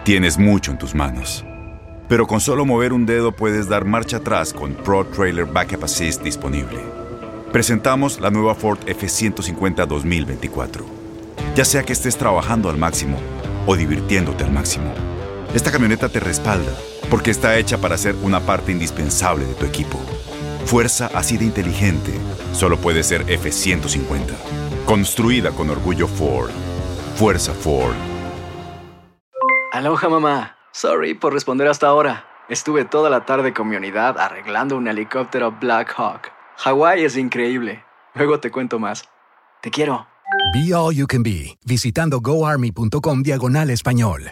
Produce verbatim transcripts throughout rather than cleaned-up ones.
Tienes mucho en tus manos. Pero con solo mover un dedo puedes dar marcha atrás con Pro Trailer Backup Assist disponible. Presentamos la nueva Ford F ciento cincuenta dos mil veinticuatro. Ya sea que estés trabajando al máximo o divirtiéndote al máximo, esta camioneta te respalda porque está hecha para ser una parte indispensable de tu equipo. Fuerza así de inteligente solo puede ser F ciento cincuenta. Construida con orgullo Ford. Fuerza Ford. Aloha, mamá. Sorry por responder hasta ahora. Estuve toda la tarde con mi unidad arreglando un helicóptero Black Hawk. Hawái es increíble. Luego te cuento más. Te quiero. Be All You Can Be, visitando goarmy.com diagonal español.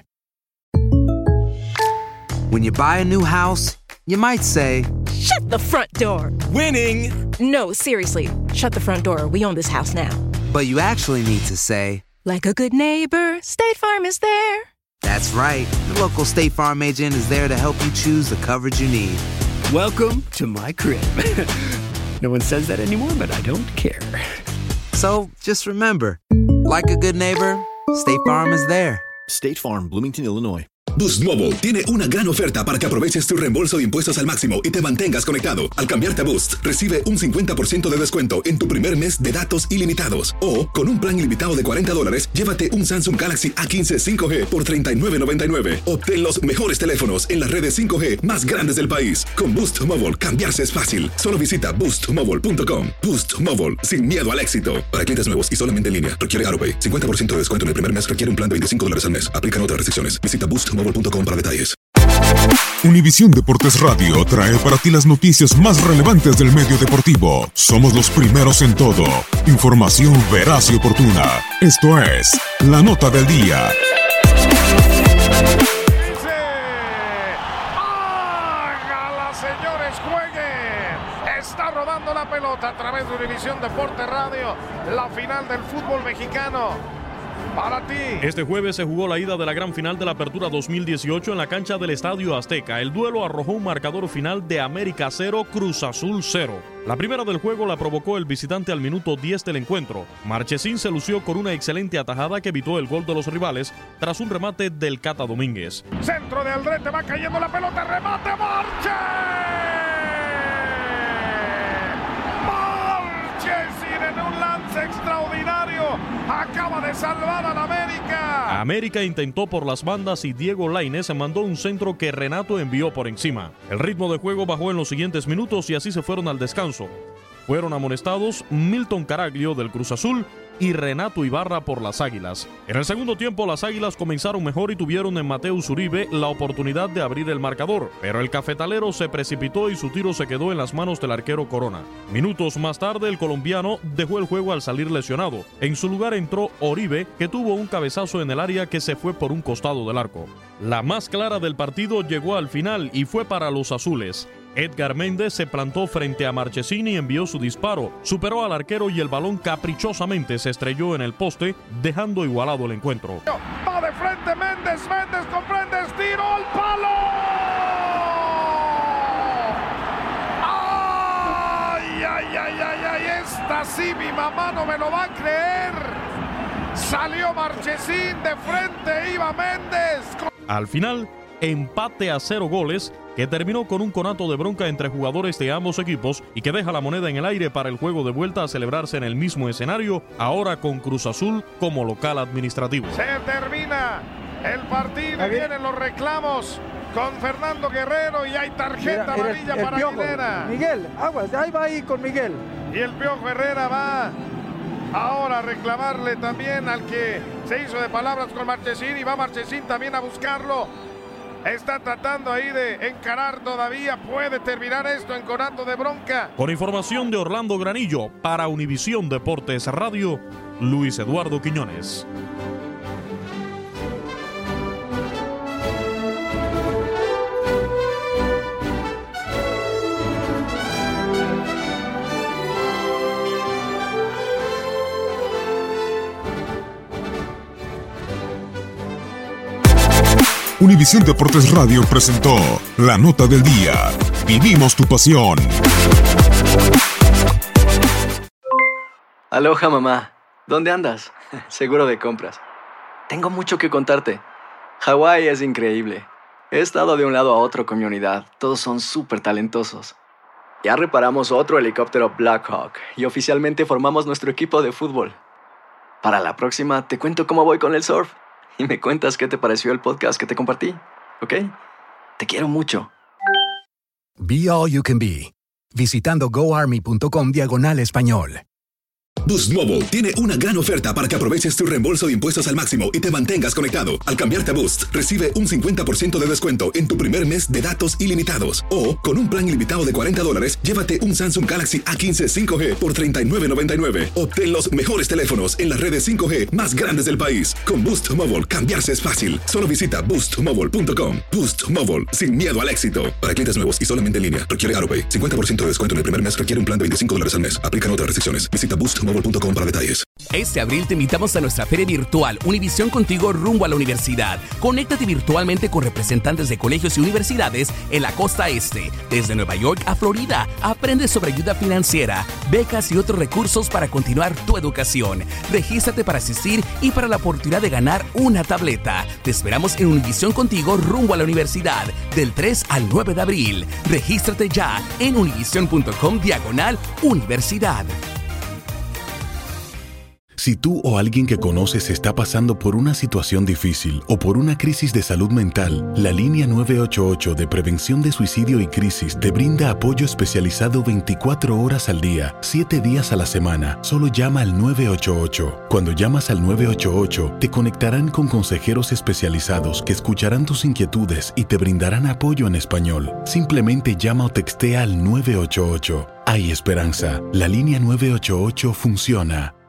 When you buy a new house, you might say, "Shut the front door!" Winning! No, seriously. Shut the front door. We own this house now. But you actually need to say, like a good neighbor, State Farm is there. That's right. The local State Farm agent is there to help you choose the coverage you need. Welcome to my crib. No one says that anymore, but I don't care. So, just remember, like a good neighbor, State Farm is there. State Farm, Bloomington, Illinois. Boost Mobile tiene una gran oferta para que aproveches tu reembolso de impuestos al máximo y te mantengas conectado. Al cambiarte a Boost, recibe un cincuenta por ciento de descuento en tu primer mes de datos ilimitados. O, con un plan ilimitado de cuarenta dólares, llévate un Samsung Galaxy A quince cinco G por treinta y nueve noventa y nueve. Obtén los mejores teléfonos en las redes cinco G más grandes del país. Con Boost Mobile, cambiarse es fácil. Solo visita boost mobile punto com. Boost Mobile, sin miedo al éxito. Para clientes nuevos y solamente en línea, requiere AutoPay. cincuenta por ciento de descuento en el primer mes requiere un plan de veinticinco dólares al mes. Aplican otras restricciones. Visita boost mobile punto com para detalles. Univisión Deportes Radio trae para ti las noticias más relevantes del medio deportivo. Somos los primeros en todo. Información veraz y oportuna. Esto es La Nota del Día. ¡Hágala, señores! ¡Jueguen! Está rodando la pelota a través de Univisión Deportes Radio. La final del fútbol mexicano. Para ti. Este jueves se jugó la ida de la gran final de la Apertura dos mil dieciocho en la cancha del Estadio Azteca. El duelo arrojó un marcador final de América cero, Cruz Azul cero. La primera del juego la provocó el visitante al minuto diez del encuentro. Marchesín se lució con una excelente atajada que evitó el gol de los rivales tras un remate del Cata Domínguez. Centro de Aldrete, va cayendo la pelota, remate, Marche. Marchesín en un lance extraordinario. Acaba de salvar al América. América intentó por las bandas y Diego Lainez mandó un centro que Renato envió por encima. El ritmo de juego bajó en los siguientes minutos y así se fueron al descanso. Fueron amonestados Milton Caraglio del Cruz Azul y Renato Ibarra por las Águilas. En el segundo tiempo las Águilas comenzaron mejor y tuvieron en Mateus Uribe la oportunidad de abrir el marcador, pero el cafetalero se precipitó y su tiro se quedó en las manos del arquero Corona. Minutos más tarde el colombiano dejó el juego al salir lesionado. En su lugar entró Oribe, que tuvo un cabezazo en el área que se fue por un costado del arco. La más clara del partido llegó al final y fue para los azules. Edgar Méndez se plantó frente a Marchesín y envió su disparo, superó al arquero y el balón caprichosamente se estrelló en el poste, dejando igualado el encuentro. Va de frente Méndez, Méndez comprende, tiro al palo. ¡Ay, ay, ay, ay, ay! Esta sí mi mamá no me lo va a creer. Salió Marchesín de frente, iba Méndez. Al final, empate a cero goles que terminó con un conato de bronca entre jugadores de ambos equipos y que deja la moneda en el aire para el juego de vuelta a celebrarse en el mismo escenario, ahora con Cruz Azul como local administrativo. Se termina el partido y vienen los reclamos con Fernando Guerrero y hay tarjeta mira, amarilla el, el para Piojo. Aguilera. Miguel, aguas, ahí va ahí con Miguel. Y el Piojo Herrera va ahora a reclamarle también al que se hizo de palabras con Marchesín y va Marchesín también a buscarlo. Está tratando ahí de encarar todavía. Puede terminar esto en conato de bronca. Con información de Orlando Granillo, para Univisión Deportes Radio, Luis Eduardo Quiñones. Univisión Deportes Radio presentó La Nota del Día. Vivimos tu pasión. Aloha, mamá. ¿Dónde andas? Seguro de compras. Tengo mucho que contarte. Hawái es increíble. He estado de un lado a otro con mi unidad. Todos son súper talentosos. Ya reparamos otro helicóptero Black Hawk y oficialmente formamos nuestro equipo de fútbol. Para la próxima te cuento cómo voy con el surf y me cuentas qué te pareció el podcast que te compartí, ¿ok? Te quiero mucho. Be All You Can Be, visitando goarmy.com diagonal español. Boost Mobile tiene una gran oferta para que aproveches tu reembolso de impuestos al máximo y te mantengas conectado. Al cambiarte a Boost, recibe un cincuenta por ciento de descuento en tu primer mes de datos ilimitados. O, con un plan ilimitado de cuarenta dólares, llévate un Samsung Galaxy A quince cinco G por treinta y nueve noventa y nueve. Obtén los mejores teléfonos en las redes cinco G más grandes del país. Con Boost Mobile, cambiarse es fácil. Solo visita boost mobile punto com. Boost Mobile, sin miedo al éxito. Para clientes nuevos y solamente en línea, requiere AutoPay. cincuenta por ciento de descuento en el primer mes requiere un plan de veinticinco dólares al mes. Aplican otras restricciones. Visita boost mobile punto com para detalles. Este abril te invitamos a nuestra feria virtual Univisión Contigo rumbo a la universidad. Conéctate virtualmente con representantes de colegios y universidades en la costa este. Desde Nueva York a Florida, aprende sobre ayuda financiera, becas y otros recursos para continuar tu educación. Regístrate para asistir y para la oportunidad de ganar una tableta. Te esperamos en Univisión Contigo rumbo a la universidad del tres al nueve de abril. Regístrate ya en univision punto com diagonal universidad. Si tú o alguien que conoces está pasando por una situación difícil o por una crisis de salud mental, la línea nueve ocho ocho de prevención de suicidio y crisis te brinda apoyo especializado veinticuatro horas al día, siete días a la semana. Solo llama al nueve ocho ocho. Cuando llamas al nueve ocho ocho, te conectarán con consejeros especializados que escucharán tus inquietudes y te brindarán apoyo en español. Simplemente llama o textea al nueve ocho ocho. Hay esperanza. La línea nueve ocho ocho funciona.